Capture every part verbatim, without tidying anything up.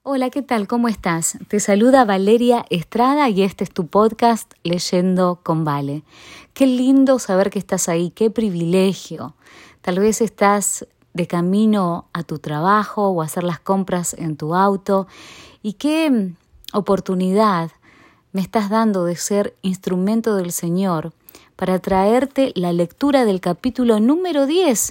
Hola, ¿qué tal? ¿Cómo estás? Te saluda Valeria Estrada y este es tu podcast Leyendo con Vale. Qué lindo saber que estás ahí, qué privilegio. Tal vez estás de camino a tu trabajo o a hacer las compras en tu auto y qué oportunidad me estás dando de ser instrumento del Señor para traerte la lectura del capítulo número diez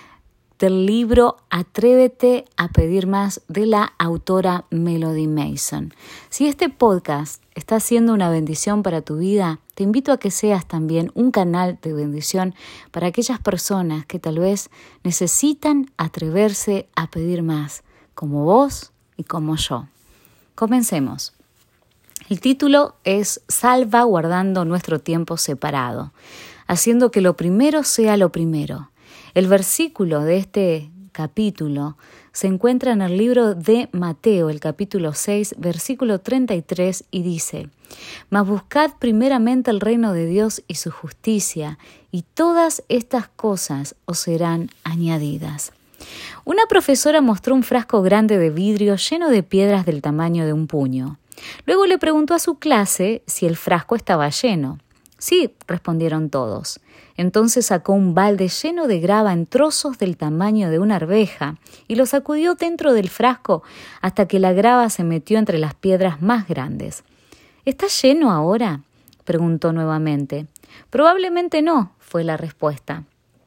del libro Atrévete a pedir más de la autora Melody Mason. Si este podcast está siendo una bendición para tu vida, te invito a que seas también un canal de bendición para aquellas personas que tal vez necesitan atreverse a pedir más, como vos y como yo. Comencemos. El título es Salvaguardando nuestro tiempo separado, haciendo que lo primero sea lo primero. El versículo de este capítulo se encuentra en el libro de Mateo, el capítulo seis, versículo treinta y tres, y dice: Mas buscad primeramente el reino de Dios y su justicia, y todas estas cosas os serán añadidas. Una profesora mostró un frasco grande de vidrio lleno de piedras del tamaño de un puño. Luego le preguntó a su clase si el frasco estaba lleno. Sí, respondieron todos. Entonces sacó un balde lleno de grava en trozos del tamaño de una arveja y lo sacudió dentro del frasco hasta que la grava se metió entre las piedras más grandes. ¿Está lleno ahora?, preguntó nuevamente. Probablemente no, fue la respuesta.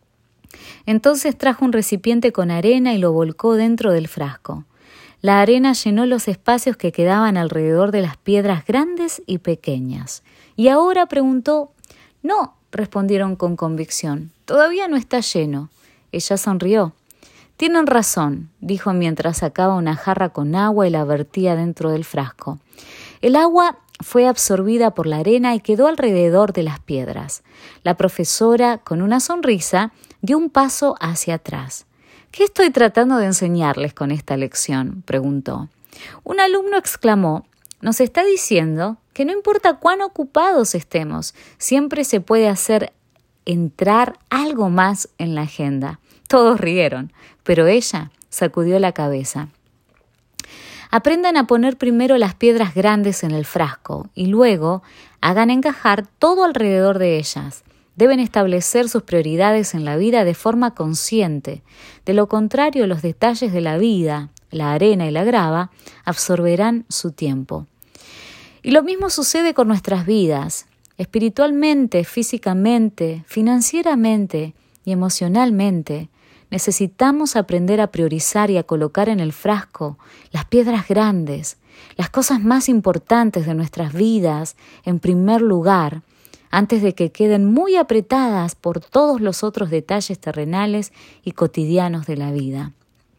Entonces trajo un recipiente con arena y lo volcó dentro del frasco. La arena llenó los espacios que quedaban alrededor de las piedras grandes y pequeñas. ¿Y ahora?, preguntó. No, respondieron con convicción. Todavía no está lleno. Ella sonrió. Tienen razón, dijo mientras sacaba una jarra con agua y la vertía dentro del frasco. El agua fue absorbida por la arena y quedó alrededor de las piedras. La profesora, con una sonrisa, dio un paso hacia atrás. ¿Qué estoy tratando de enseñarles con esta lección?, preguntó. Un alumno exclamó: Nos está diciendo que no importa cuán ocupados estemos, siempre se puede hacer entrar algo más en la agenda. Todos rieron, pero ella sacudió la cabeza. Aprendan a poner primero las piedras grandes en el frasco y luego hagan encajar todo alrededor de ellas. Deben establecer sus prioridades en la vida de forma consciente. De lo contrario, los detalles de la vida, la arena y la grava, absorberán su tiempo. Y lo mismo sucede con nuestras vidas, espiritualmente, físicamente, financieramente y emocionalmente. Necesitamos aprender a priorizar y a colocar en el frasco las piedras grandes, las cosas más importantes de nuestras vidas en primer lugar, antes de que queden muy apretadas por todos los otros detalles terrenales y cotidianos de la vida.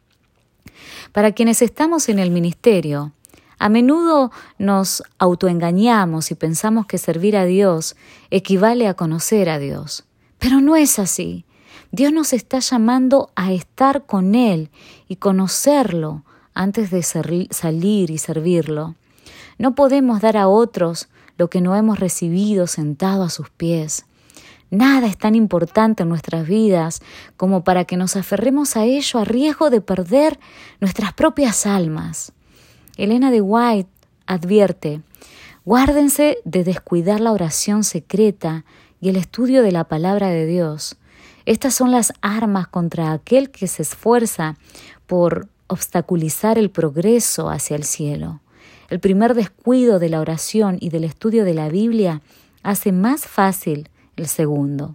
Para quienes estamos en el ministerio, a menudo nos autoengañamos y pensamos que servir a Dios equivale a conocer a Dios. Pero no es así. Dios nos está llamando a estar con Él y conocerlo antes de ser, salir y servirlo. No podemos dar a otros lo que no hemos recibido sentado a sus pies. Nada es tan importante en nuestras vidas como para que nos aferremos a ello a riesgo de perder nuestras propias almas. Elena de White advierte: guárdense de descuidar la oración secreta y el estudio de la palabra de Dios. Estas son las armas contra aquel que se esfuerza por obstaculizar el progreso hacia el cielo. El primer descuido de la oración y del estudio de la Biblia hace más fácil el segundo.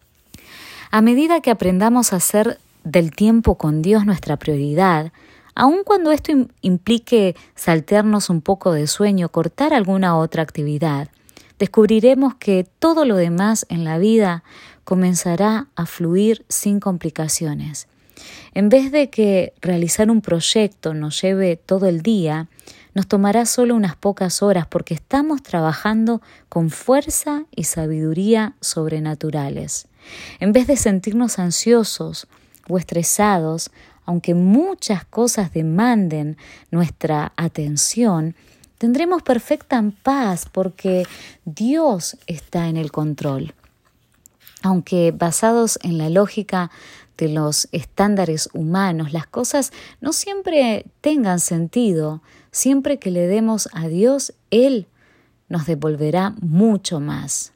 A medida que aprendamos a hacer del tiempo con Dios nuestra prioridad, aun cuando esto implique saltearnos un poco de sueño, cortar alguna otra actividad, descubriremos que todo lo demás en la vida comenzará a fluir sin complicaciones. En vez de que realizar un proyecto nos lleve todo el día, nos tomará solo unas pocas horas porque estamos trabajando con fuerza y sabiduría sobrenaturales. En vez de sentirnos ansiosos o estresados, aunque muchas cosas demanden nuestra atención, tendremos perfecta paz porque Dios está en el control. Aunque basados en la lógica de los estándares humanos, las cosas no siempre tengan sentido. Siempre que le demos a Dios, Él nos devolverá mucho más.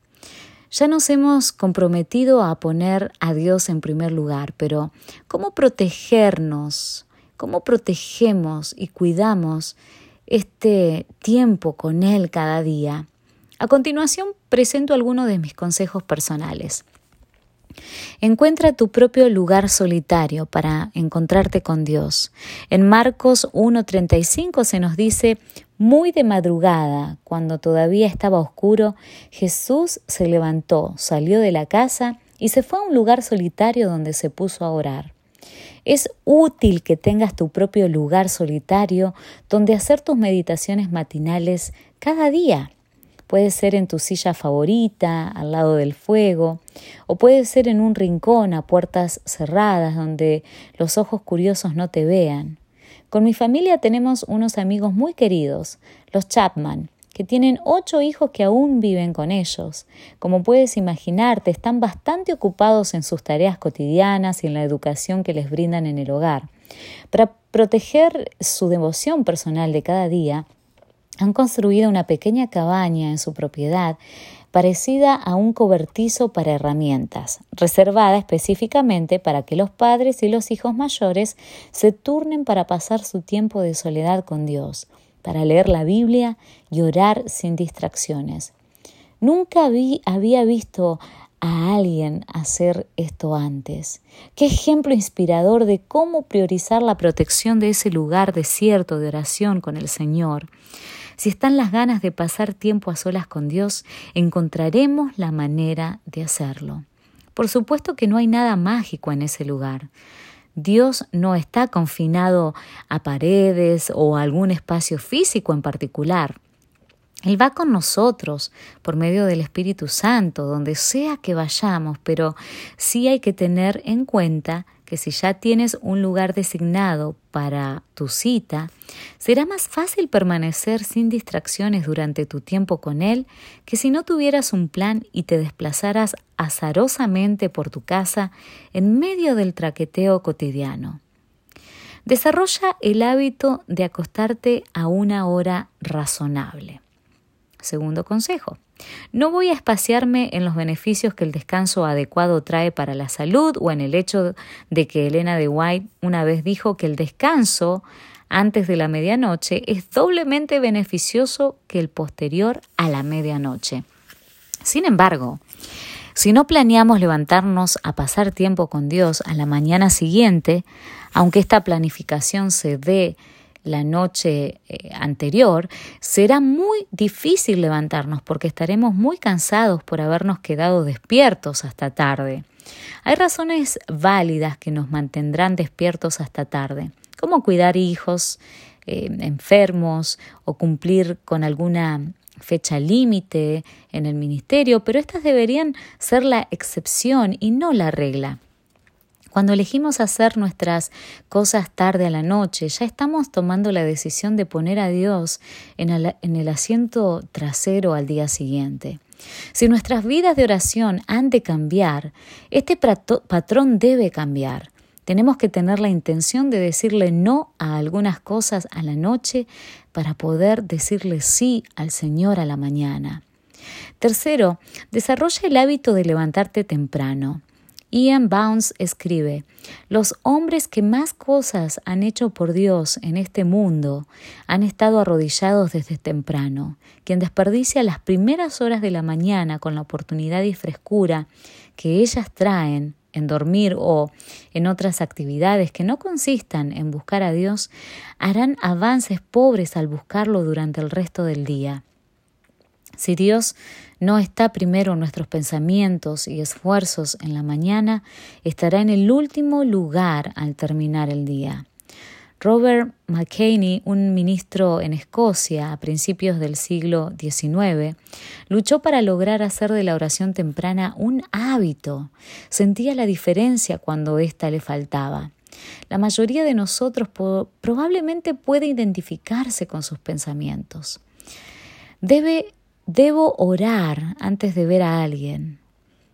Ya nos hemos comprometido a poner a Dios en primer lugar, pero ¿cómo protegernos? ¿Cómo protegemos y cuidamos este tiempo con Él cada día? A continuación presento algunos de mis consejos personales. Encuentra tu propio lugar solitario para encontrarte con Dios. En Marcos uno treinta y cinco se nos dice: muy de madrugada, cuando todavía estaba oscuro, Jesús se levantó, salió de la casa y se fue a un lugar solitario donde se puso a orar. Es útil que tengas tu propio lugar solitario donde hacer tus meditaciones matinales cada día. Puede ser en tu silla favorita, al lado del fuego, o puede ser en un rincón a puertas cerradas donde los ojos curiosos no te vean. Con mi familia tenemos unos amigos muy queridos, los Chapman, que tienen ocho hijos que aún viven con ellos. Como puedes imaginarte, están bastante ocupados en sus tareas cotidianas y en la educación que les brindan en el hogar. Para proteger su devoción personal de cada día, han construido una pequeña cabaña en su propiedad parecida a un cobertizo para herramientas, reservada específicamente para que los padres y los hijos mayores se turnen para pasar su tiempo de soledad con Dios, para leer la Biblia y orar sin distracciones. Nunca vi, había visto a alguien hacer esto antes. Qué ejemplo inspirador de cómo priorizar la protección de ese lugar desierto de oración con el Señor. Si están las ganas de pasar tiempo a solas con Dios, encontraremos la manera de hacerlo. Por supuesto que no hay nada mágico en ese lugar. Dios no está confinado a paredes o a algún espacio físico en particular. Él va con nosotros por medio del Espíritu Santo, donde sea que vayamos, pero sí hay que tener en cuenta que si ya tienes un lugar designado para tu cita, será más fácil permanecer sin distracciones durante tu tiempo con Él que si no tuvieras un plan y te desplazaras azarosamente por tu casa en medio del traqueteo cotidiano. Desarrolla el hábito de acostarte a una hora razonable. Segundo consejo. No voy a espaciarme en los beneficios que el descanso adecuado trae para la salud o en el hecho de que Elena de White una vez dijo que el descanso antes de la medianoche es doblemente beneficioso que el posterior a la medianoche. Sin embargo, si no planeamos levantarnos a pasar tiempo con Dios a la mañana siguiente, aunque esta planificación se dé la noche eh, anterior, será muy difícil levantarnos porque estaremos muy cansados por habernos quedado despiertos hasta tarde. Hay razones válidas que nos mantendrán despiertos hasta tarde, como cuidar hijos eh, enfermos o cumplir con alguna fecha límite en el ministerio, pero estas deberían ser la excepción y no la regla. Cuando elegimos hacer nuestras cosas tarde a la noche, ya estamos tomando la decisión de poner a Dios en el, en el asiento trasero al día siguiente. Si nuestras vidas de oración han de cambiar, este prato, patrón debe cambiar. Tenemos que tener la intención de decirle no a algunas cosas a la noche para poder decirle sí al Señor a la mañana. Tercero, desarrolla el hábito de levantarte temprano. Ian Bounds escribe: los hombres que más cosas han hecho por Dios en este mundo han estado arrodillados desde temprano. Quien desperdicia las primeras horas de la mañana con la oportunidad y frescura que ellas traen en dormir o en otras actividades que no consistan en buscar a Dios, harán avances pobres al buscarlo durante el resto del día. Si Dios no está primero en nuestros pensamientos y esfuerzos en la mañana, estará en el último lugar al terminar el día. Robert McKinney, un ministro en Escocia a principios del siglo diecinueve, luchó para lograr hacer de la oración temprana un hábito. Sentía la diferencia cuando ésta le faltaba. La mayoría de nosotros po- probablemente puede identificarse con sus pensamientos. Debe Debo orar antes de ver a alguien.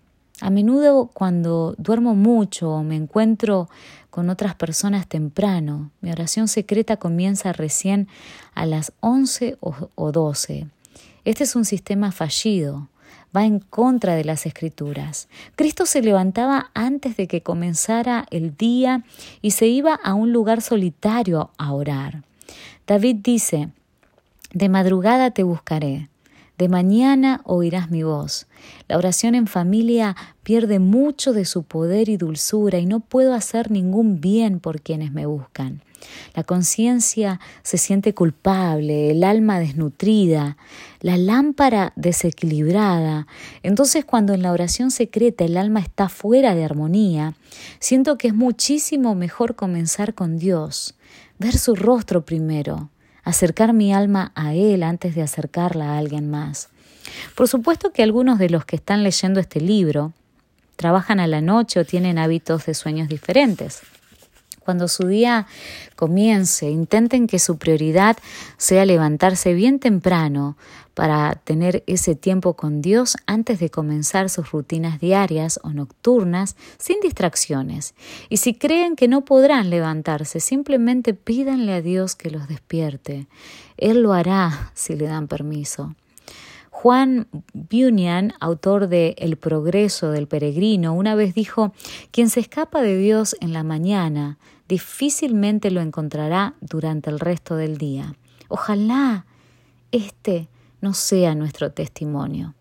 A menudo cuando duermo mucho o me encuentro con otras personas temprano, mi oración secreta comienza recién a las once o doce. Este es un sistema fallido, va en contra de las Escrituras. Cristo se levantaba antes de que comenzara el día y se iba a un lugar solitario a orar. David dice, de madrugada te buscaré. De mañana oirás mi voz. La oración en familia pierde mucho de su poder y dulzura y no puedo hacer ningún bien por quienes me buscan. La conciencia se siente culpable, el alma desnutrida, la lámpara desequilibrada. Entonces, cuando en la oración secreta el alma está fuera de armonía, siento que es muchísimo mejor comenzar con Dios, ver su rostro primero, acercar mi alma a Él antes de acercarla a alguien más. Por supuesto que algunos de los que están leyendo este libro trabajan a la noche o tienen hábitos de sueños diferentes. Cuando su día comience, intenten que su prioridad sea levantarse bien temprano para tener ese tiempo con Dios antes de comenzar sus rutinas diarias o nocturnas sin distracciones. Y si creen que no podrán levantarse, simplemente pídanle a Dios que los despierte. Él lo hará si le dan permiso. Juan Bunyan, autor de El progreso del peregrino, una vez dijo, quien se escapa de Dios en la mañana, difícilmente lo encontrará durante el resto del día. Ojalá este no sea nuestro testimonio.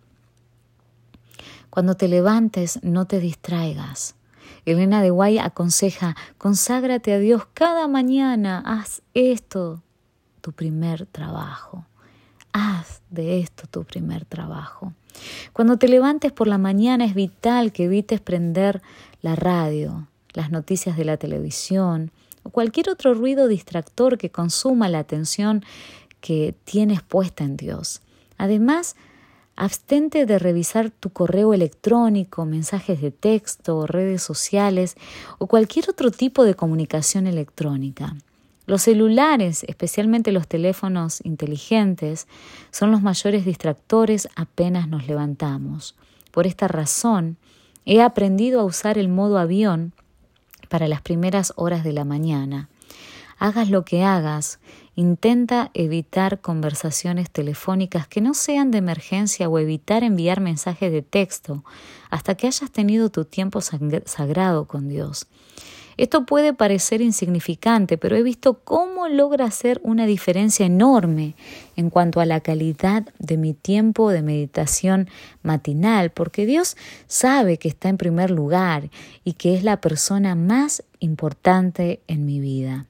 Cuando te levantes, no te distraigas. Elena de White aconseja, conságrate a Dios cada mañana, haz esto tu primer trabajo. Haz de esto tu primer trabajo. Cuando te levantes por la mañana es vital que evites prender la radio, las noticias de la televisión o cualquier otro ruido distractor que consuma la atención que tienes puesta en Dios. Además, abstente de revisar tu correo electrónico, mensajes de texto, redes sociales o cualquier otro tipo de comunicación electrónica. Los celulares, especialmente los teléfonos inteligentes, son los mayores distractores apenas nos levantamos. Por esta razón, he aprendido a usar el modo avión para las primeras horas de la mañana. Hagas lo que hagas, intenta evitar conversaciones telefónicas que no sean de emergencia o evitar enviar mensajes de texto hasta que hayas tenido tu tiempo sagrado con Dios. Esto puede parecer insignificante, pero he visto cómo logra hacer una diferencia enorme en cuanto a la calidad de mi tiempo de meditación matinal, porque Dios sabe que está en primer lugar y que es la persona más importante en mi vida.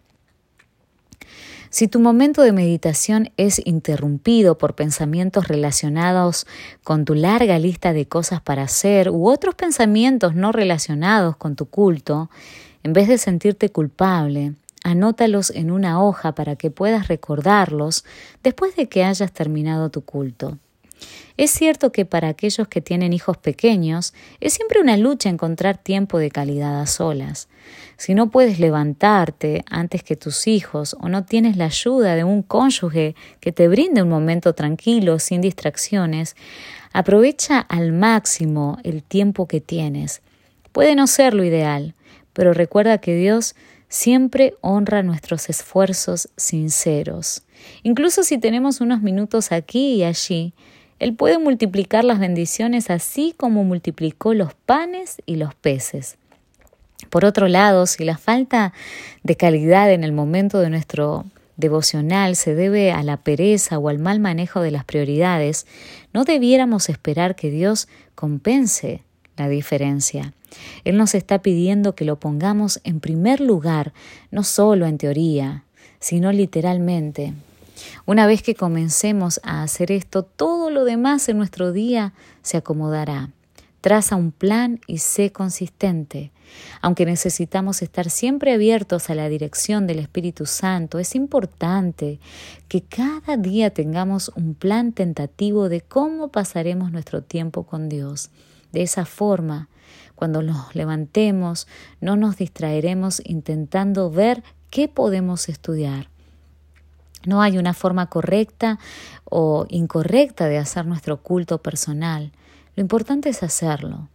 Si tu momento de meditación es interrumpido por pensamientos relacionados con tu larga lista de cosas para hacer u otros pensamientos no relacionados con tu culto, en vez de sentirte culpable, anótalos en una hoja para que puedas recordarlos después de que hayas terminado tu culto. Es cierto que para aquellos que tienen hijos pequeños es siempre una lucha encontrar tiempo de calidad a solas. Si no puedes levantarte antes que tus hijos o no tienes la ayuda de un cónyuge que te brinde un momento tranquilo, sin distracciones, aprovecha al máximo el tiempo que tienes. Puede no ser lo ideal, pero recuerda que Dios siempre honra nuestros esfuerzos sinceros. Incluso si tenemos unos minutos aquí y allí, Él puede multiplicar las bendiciones así como multiplicó los panes y los peces. Por otro lado, si la falta de calidad en el momento de nuestro devocional se debe a la pereza o al mal manejo de las prioridades, no debiéramos esperar que Dios compense la diferencia. Él nos está pidiendo que lo pongamos en primer lugar, no solo en teoría, sino literalmente. Una vez que comencemos a hacer esto, todo lo demás en nuestro día se acomodará. Traza un plan y sé consistente. Aunque necesitamos estar siempre abiertos a la dirección del Espíritu Santo, es importante que cada día tengamos un plan tentativo de cómo pasaremos nuestro tiempo con Dios. De esa forma, cuando nos levantemos, no nos distraeremos intentando ver qué podemos estudiar. No hay una forma correcta o incorrecta de hacer nuestro culto personal. Lo importante es hacerlo.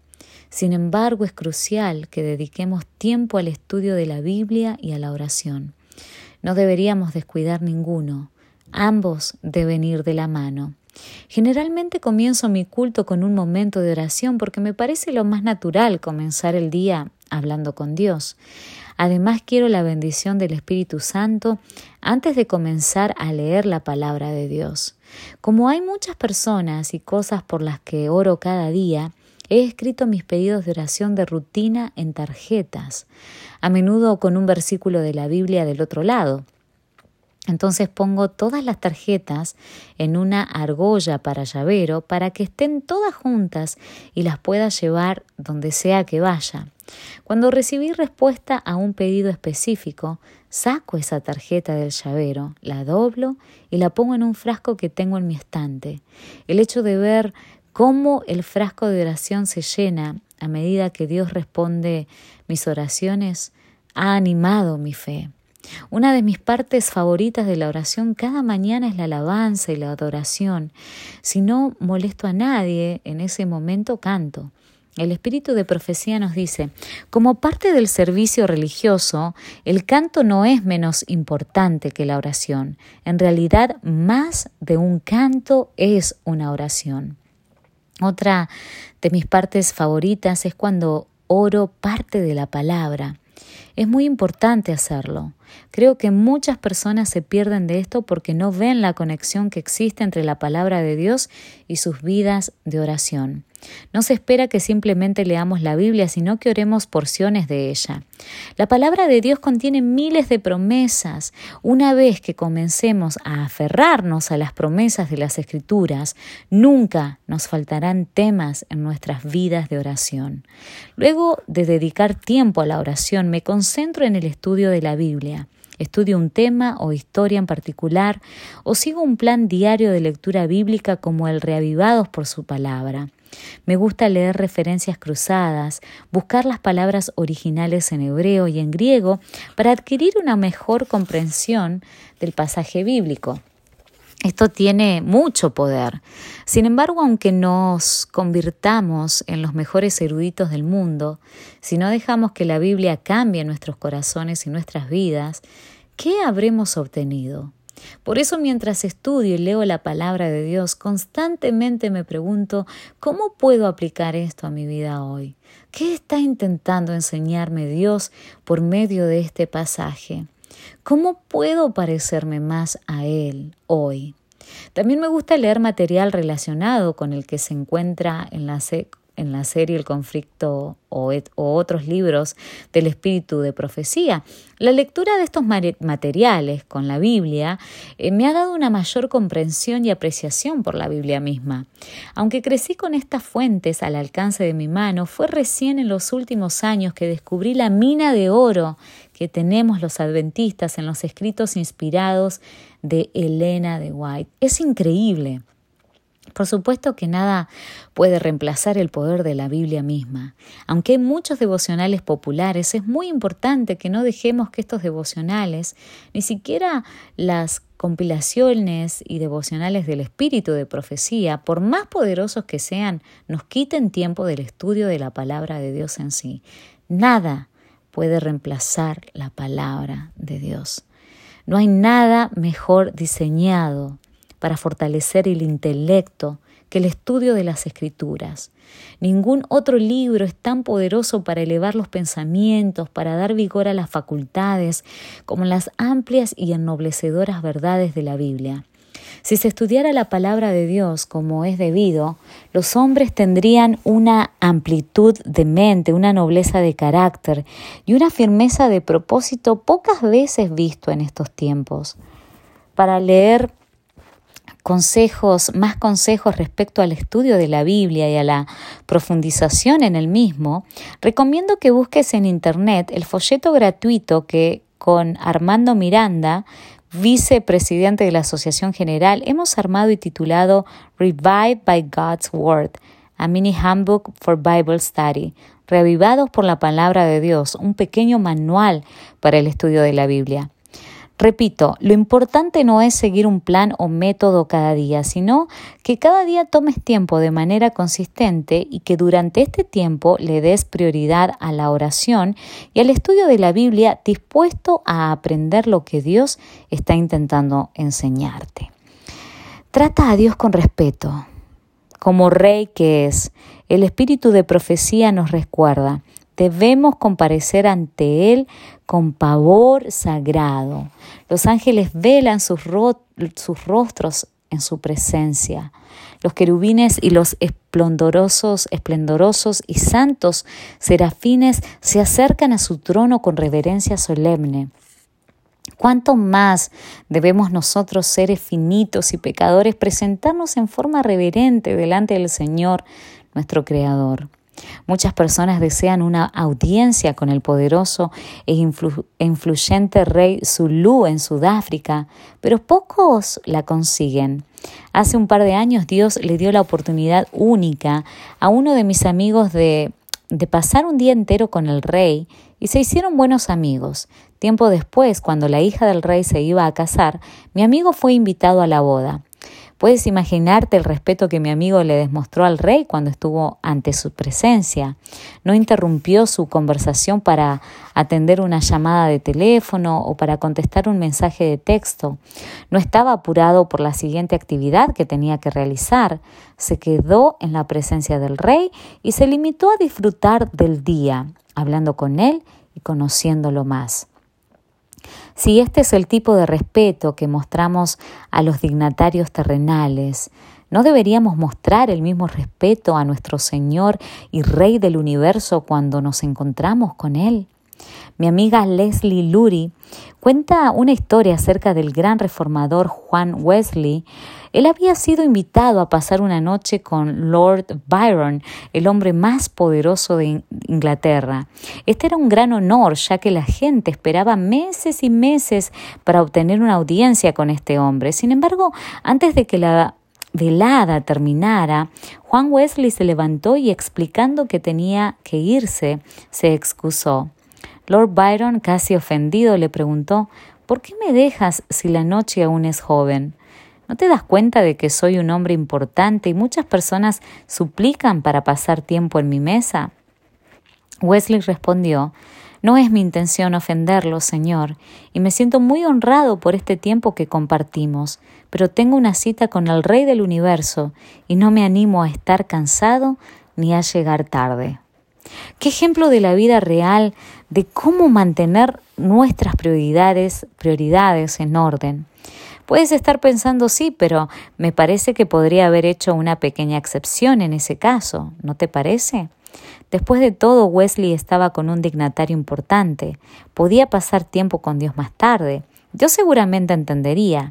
Sin embargo, es crucial que dediquemos tiempo al estudio de la Biblia y a la oración. No deberíamos descuidar ninguno. Ambos deben ir de la mano. Generalmente comienzo mi culto con un momento de oración porque me parece lo más natural comenzar el día hablando con Dios. Además, quiero la bendición del Espíritu Santo antes de comenzar a leer la palabra de Dios. Como hay muchas personas y cosas por las que oro cada día, he escrito mis pedidos de oración de rutina en tarjetas, a menudo con un versículo de la Biblia del otro lado. Entonces pongo todas las tarjetas en una argolla para llavero para que estén todas juntas y las pueda llevar donde sea que vaya. Cuando recibí respuesta a un pedido específico, saco esa tarjeta del llavero, la doblo y la pongo en un frasco que tengo en mi estante. El hecho de ver cómo el frasco de oración se llena a medida que Dios responde mis oraciones ha animado mi fe. Una de mis partes favoritas de la oración cada mañana es la alabanza y la adoración. Si no molesto a nadie, en ese momento canto. El espíritu de profecía nos dice, como parte del servicio religioso, el canto no es menos importante que la oración. En realidad, más de un canto es una oración. Otra de mis partes favoritas es cuando oro parte de la palabra. Es muy importante hacerlo. Creo que muchas personas se pierden de esto porque no ven la conexión que existe entre la palabra de Dios y sus vidas de oración. No se espera que simplemente leamos la Biblia, sino que oremos porciones de ella. La palabra de Dios contiene miles de promesas. Una vez que comencemos a aferrarnos a las promesas de las Escrituras, nunca nos faltarán temas en nuestras vidas de oración. Luego de dedicar tiempo a la oración, me concentro en el estudio de la Biblia. Estudio un tema o historia en particular o sigo un plan diario de lectura bíblica como el Reavivados por su palabra. Me gusta leer referencias cruzadas, buscar las palabras originales en hebreo y en griego para adquirir una mejor comprensión del pasaje bíblico. Esto tiene mucho poder. Sin embargo, aunque nos convirtamos en los mejores eruditos del mundo, si no dejamos que la Biblia cambie nuestros corazones y nuestras vidas, ¿qué habremos obtenido? Por eso, mientras estudio y leo la palabra de Dios, constantemente me pregunto, ¿cómo puedo aplicar esto a mi vida hoy? ¿Qué está intentando enseñarme Dios por medio de este pasaje? ¿Cómo puedo parecerme más a Él hoy? También me gusta leer material relacionado con el que se encuentra en la, se- en la serie El Conflicto o, et- o otros libros del espíritu de profecía. La lectura de estos materiales con la Biblia eh, me ha dado una mayor comprensión y apreciación por la Biblia misma. Aunque crecí con estas fuentes al alcance de mi mano, fue recién en los últimos años que descubrí la mina de oro que tenemos los adventistas en los escritos inspirados de Elena de White. Es increíble. Por supuesto que nada puede reemplazar el poder de la Biblia misma. Aunque hay muchos devocionales populares, es muy importante que no dejemos que estos devocionales, ni siquiera las compilaciones y devocionales del espíritu de profecía, por más poderosos que sean, nos quiten tiempo del estudio de la palabra de Dios en sí. Nada puede reemplazar la palabra de Dios. No hay nada mejor diseñado para fortalecer el intelecto que el estudio de las Escrituras. Ningún otro libro es tan poderoso para elevar los pensamientos, para dar vigor a las facultades, como las amplias y ennoblecederas verdades de la Biblia. Si se estudiara la palabra de Dios como es debido, los hombres tendrían una amplitud de mente, una nobleza de carácter y una firmeza de propósito pocas veces visto en estos tiempos. Para leer consejos, más consejos respecto al estudio de la Biblia y a la profundización en el mismo, recomiendo que busques en internet el folleto gratuito que con Armando Miranda, vicepresidente de la Asociación General, hemos armado y titulado Revived by God's Word, a mini handbook for Bible study, reavivados por la palabra de Dios, un pequeño manual para el estudio de la Biblia. Repito, lo importante no es seguir un plan o método cada día, sino que cada día tomes tiempo de manera consistente y que durante este tiempo le des prioridad a la oración y al estudio de la Biblia, dispuesto a aprender lo que Dios está intentando enseñarte. Trata a Dios con respeto. Como rey que es, el espíritu de profecía nos recuerda. Debemos comparecer ante Él con pavor sagrado. Los ángeles velan sus, ro- sus rostros en su presencia. Los querubines y los esplendorosos, esplendorosos y santos serafines se acercan a su trono con reverencia solemne. ¿Cuánto más debemos nosotros, seres finitos y pecadores, presentarnos en forma reverente delante del Señor, nuestro Creador? Muchas personas desean una audiencia con el poderoso e influ- influyente rey Zulu en Sudáfrica, pero pocos la consiguen. Hace un par de años Dios le dio la oportunidad única a uno de mis amigos de, de pasar un día entero con el rey y se hicieron buenos amigos. Tiempo después, cuando la hija del rey se iba a casar, mi amigo fue invitado a la boda. Puedes imaginarte el respeto que mi amigo le demostró al rey cuando estuvo ante su presencia. No interrumpió su conversación para atender una llamada de teléfono o para contestar un mensaje de texto. No estaba apurado por la siguiente actividad que tenía que realizar. Se quedó en la presencia del rey y se limitó a disfrutar del día, hablando con él y conociéndolo más. Si este es el tipo de respeto que mostramos a los dignatarios terrenales, ¿no deberíamos mostrar el mismo respeto a nuestro Señor y Rey del universo cuando nos encontramos con Él? Mi amiga Leslie Lurie cuenta una historia acerca del gran reformador Juan Wesley. Él había sido invitado a pasar una noche con Lord Byron, el hombre más poderoso de Inglaterra. Este era un gran honor, ya que la gente esperaba meses y meses para obtener una audiencia con este hombre. Sin embargo, antes de que la velada terminara, Juan Wesley se levantó y, explicando que tenía que irse, se excusó. Lord Byron, casi ofendido, le preguntó: ¿por qué me dejas si la noche aún es joven? ¿No te das cuenta de que soy un hombre importante y muchas personas suplican para pasar tiempo en mi mesa? Wesley respondió: no es mi intención ofenderlo, Señor, y me siento muy honrado por este tiempo que compartimos, pero tengo una cita con el Rey del Universo y no me animo a estar cansado ni a llegar tarde. ¿Qué ejemplo de la vida real de cómo mantener nuestras prioridades, prioridades en orden? Puedes estar pensando, sí, pero me parece que podría haber hecho una pequeña excepción en ese caso, ¿no te parece? Después de todo, Wesley estaba con un dignatario importante. Podía pasar tiempo con Dios más tarde. Dios seguramente entendería.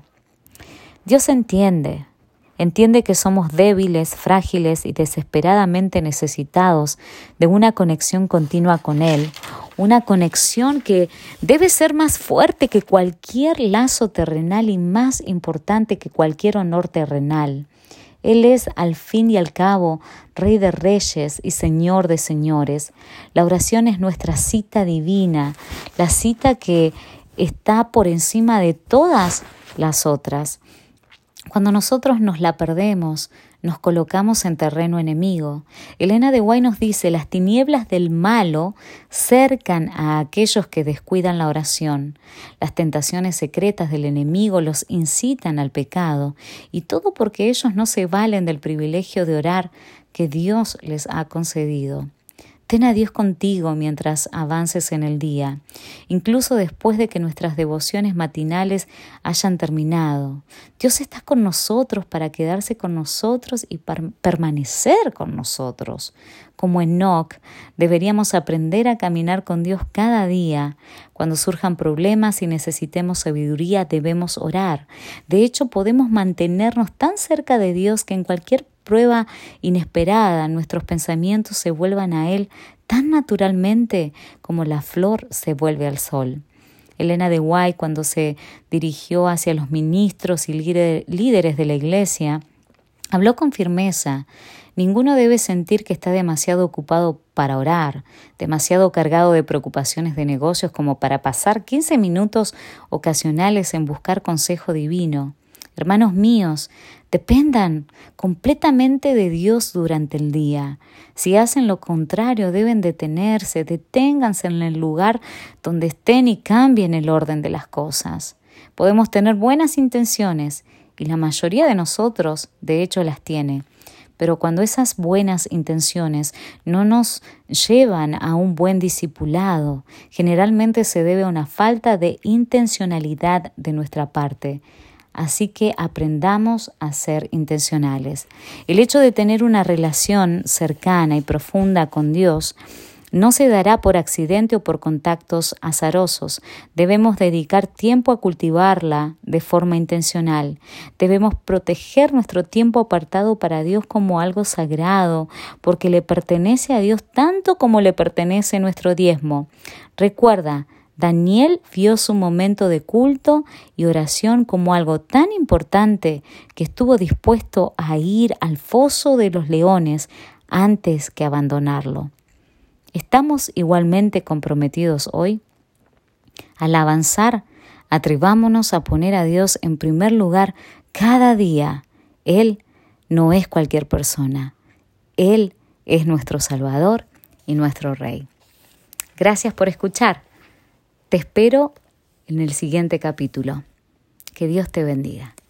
Dios entiende. Entiende que somos débiles, frágiles y desesperadamente necesitados de una conexión continua con Él, una conexión que debe ser más fuerte que cualquier lazo terrenal y más importante que cualquier honor terrenal. Él es, al fin y al cabo, Rey de Reyes y Señor de Señores. La oración es nuestra cita divina, la cita que está por encima de todas las otras. Cuando nosotros nos la perdemos, nos colocamos en terreno enemigo. Elena de White nos dice: las tinieblas del malo cercan a aquellos que descuidan la oración. Las tentaciones secretas del enemigo los incitan al pecado, y todo porque ellos no se valen del privilegio de orar que Dios les ha concedido. Ten a Dios contigo mientras avances en el día, incluso después de que nuestras devociones matinales hayan terminado. Dios está con nosotros para quedarse con nosotros y per- permanecer con nosotros. Como Enoc, deberíamos aprender a caminar con Dios cada día. Cuando surjan problemas y necesitemos sabiduría, debemos orar. De hecho, podemos mantenernos tan cerca de Dios que en cualquier prueba inesperada, nuestros pensamientos se vuelvan a Él tan naturalmente como la flor se vuelve al sol. Elena de White, cuando se dirigió hacia los ministros y líderes de la iglesia, habló con firmeza. Ninguno debe sentir que está demasiado ocupado para orar, demasiado cargado de preocupaciones de negocios como para pasar quince minutos ocasionales en buscar consejo divino. Hermanos míos, dependan completamente de Dios durante el día. Si hacen lo contrario, deben detenerse, deténganse en el lugar donde estén y cambien el orden de las cosas. Podemos tener buenas intenciones, y la mayoría de nosotros, de hecho, las tiene. Pero cuando esas buenas intenciones no nos llevan a un buen discipulado, generalmente se debe a una falta de intencionalidad de nuestra parte. Así que aprendamos a ser intencionales. El hecho de tener una relación cercana y profunda con Dios no se dará por accidente o por contactos azarosos. Debemos dedicar tiempo a cultivarla de forma intencional. Debemos proteger nuestro tiempo apartado para Dios como algo sagrado, porque le pertenece a Dios tanto como le pertenece nuestro diezmo. Recuerda, Daniel vio su momento de culto y oración como algo tan importante que estuvo dispuesto a ir al foso de los leones antes que abandonarlo. ¿Estamos igualmente comprometidos hoy? Al avanzar, atrevámonos a poner a Dios en primer lugar cada día. Él no es cualquier persona. Él es nuestro Salvador y nuestro Rey. Gracias por escuchar. Te espero en el siguiente capítulo. Que Dios te bendiga.